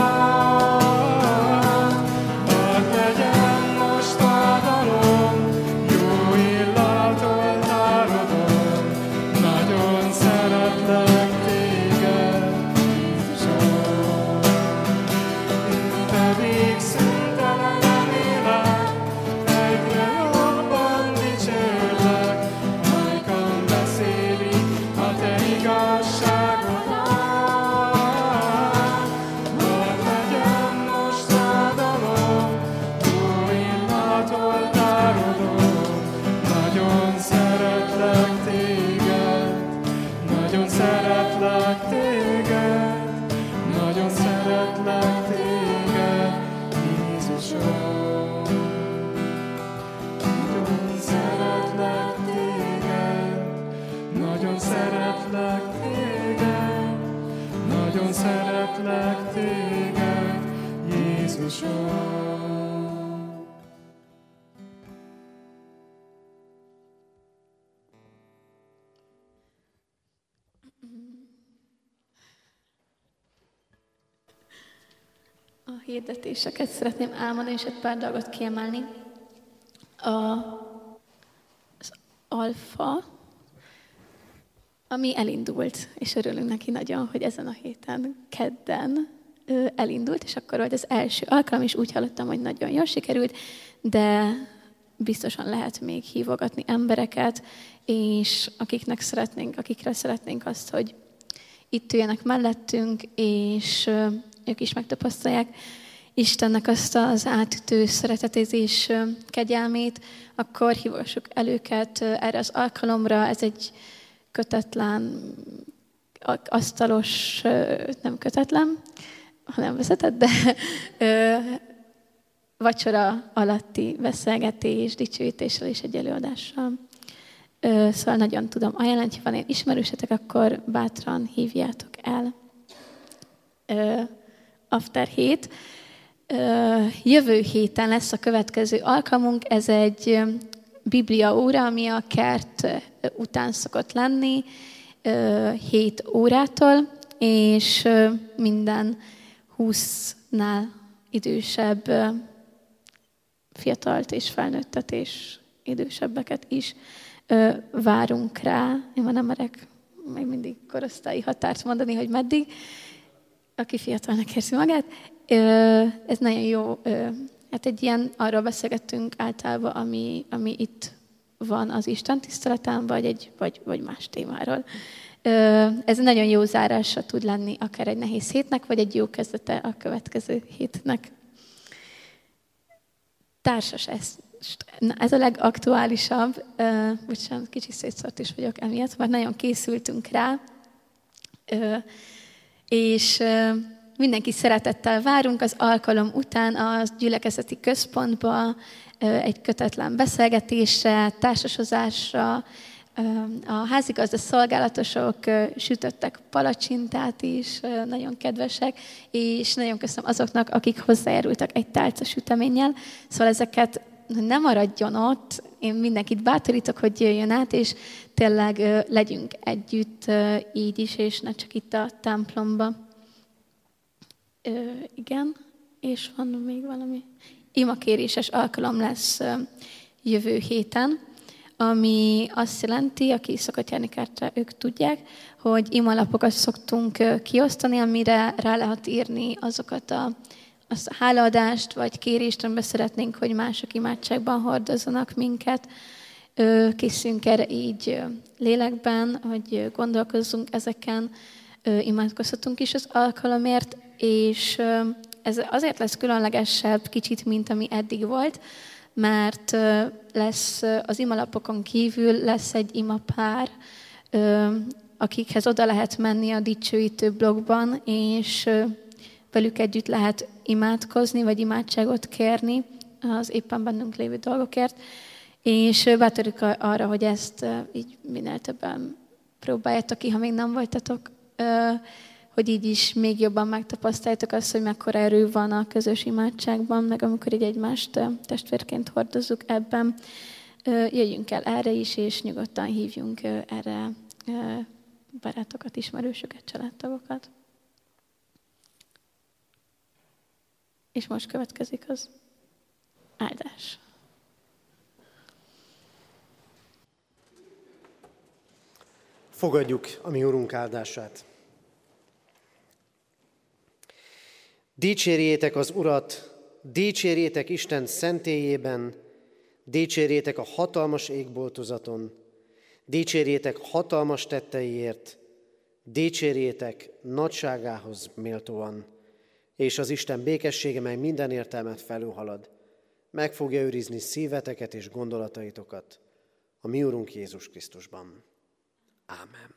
Hadd legyen most áldalom, jó illat oltárodon, nagyon szeretlek téged, Jézusom. Én pedig szüntelen remélek, egyre jobban dicsérlek, ajkam beszéli a te igazságodat. Hadd legyen most áldalom, jó illat oltárodon, nagyon szeretlek téged, nagyon szeretlek téged, nagyon szeretlek téged, Jézusom. Nagyon szeretlek téged, nagyon szeretlek téged, nagyon szeretlek téged, Jézusom.
A hirdetéseket szeretném elmondani, és egy pár dolgot kiemelni. A, az Alfa, ami elindult, és örülünk neki nagyon, hogy ezen a héten, kedden ö, elindult, és akkor volt az első alkalom, és úgy hallottam, hogy nagyon jól sikerült, de biztosan lehet még hívogatni embereket, és akiknek szeretnénk, akikre szeretnénk azt, hogy itt üljenek mellettünk, és ö, ők is megtapasztalják Istennek azt az átütő szeretetét és ö, kegyelmét, akkor hívassuk el őket ö, erre az alkalomra. Ez egy kötetlen, asztalos, ö, nem kötetlen, hanem vezetett, de ö, vacsora alatti beszélgetés, dicsőítéssel és egy előadással. Ö, szóval nagyon tudom ajánlani, ha van ilyen ismerősetek, akkor bátran hívjátok el. Ö, after hét. Ö, jövő héten lesz a következő alkalmunk, ez egy Biblia óra, ami a kert után szokott lenni, hét órától, és minden húsznál idősebb fiatalt és felnőttet és idősebbeket is várunk rá. Én már nem merek még mindig korosztályi határt mondani, hogy meddig, aki fiatalnak érzi magát. Ez nagyon jó. Hát egy ilyen, arról beszélgettünk általában, ami, ami itt van az Isten tiszteleten, vagy, egy, vagy, vagy más témáról. Ez nagyon jó zárása tud lenni akár egy nehéz hétnek, vagy egy jó kezdete a következő hétnek. Társas ez. Na, ez a legaktuálisabb. Bocsánat, kicsit szétszart is vagyok emiatt, mert nagyon készültünk rá. És mindenki szeretettel várunk az alkalom után a gyülekezeti központba, egy kötetlen beszélgetésre, társasozásra. A házigazda szolgálatosok sütöttek palacsintát is, nagyon kedvesek, és nagyon köszönöm azoknak, akik hozzájárultak egy tálca süteménnyel. Szóval ezeket nem maradjon ott, én mindenkit bátorítok, hogy jöjjön át, és tényleg legyünk együtt így is, és ne csak itt a templomba. Ö, igen, és van még valami. Imakéréses alkalom lesz ö, jövő héten, ami azt jelenti, aki szokott járni kertre, ők tudják, hogy imalapokat szoktunk ö, kiosztani, amire rá lehet írni azokat a, azt a hálaadást, vagy kérést, amiben szeretnénk, hogy mások imádságban hordozzanak minket. Ö, készünk erre így ö, lélekben, hogy ö, gondolkozzunk ezeken, ö, imádkozhatunk is az alkalomért, és ez azért lesz különlegesebb kicsit, mint ami eddig volt, mert lesz az imalapokon kívül lesz egy imapár, akikhez oda lehet menni a dicsőítő blogban, és velük együtt lehet imádkozni, vagy imádságot kérni az éppen bennünk lévő dolgokért, és bátorítjuk arra, hogy ezt így minél többen próbáljátok ki, ha még nem voltatok, hogy így is még jobban megtapasztaljátok azt, hogy mekkora erő van a közös imádságban, meg amikor így egymást testvérként hordozzuk ebben. Jöjjünk el erre is, és nyugodtan hívjunk erre barátokat, ismerősöket, családtagokat. És most következik az áldás.
Fogadjuk a mi Urunk áldását. Dicsérjétek az Urat, dicsérjétek Isten szentélyében, dicsérjétek a hatalmas égboltozaton, dicsérjétek hatalmas tetteiért, dicsérjétek nagyságához méltóan, és az Isten békessége, mely minden értelmet felülhalad, meg fogja őrizni szíveteket és gondolataitokat a mi Urunk Jézus Krisztusban. Ámen.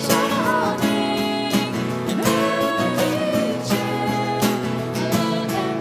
Thank you.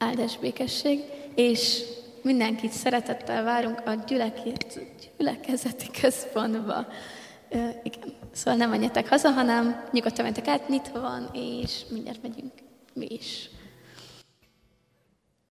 áldás békesség, és mindenkit szeretettel várunk a gyülekezeti központba. Ö, igen. Szóval nem menjetek haza, hanem nyugodtan menjetek át, nyitva van, és mindjárt megyünk mi is.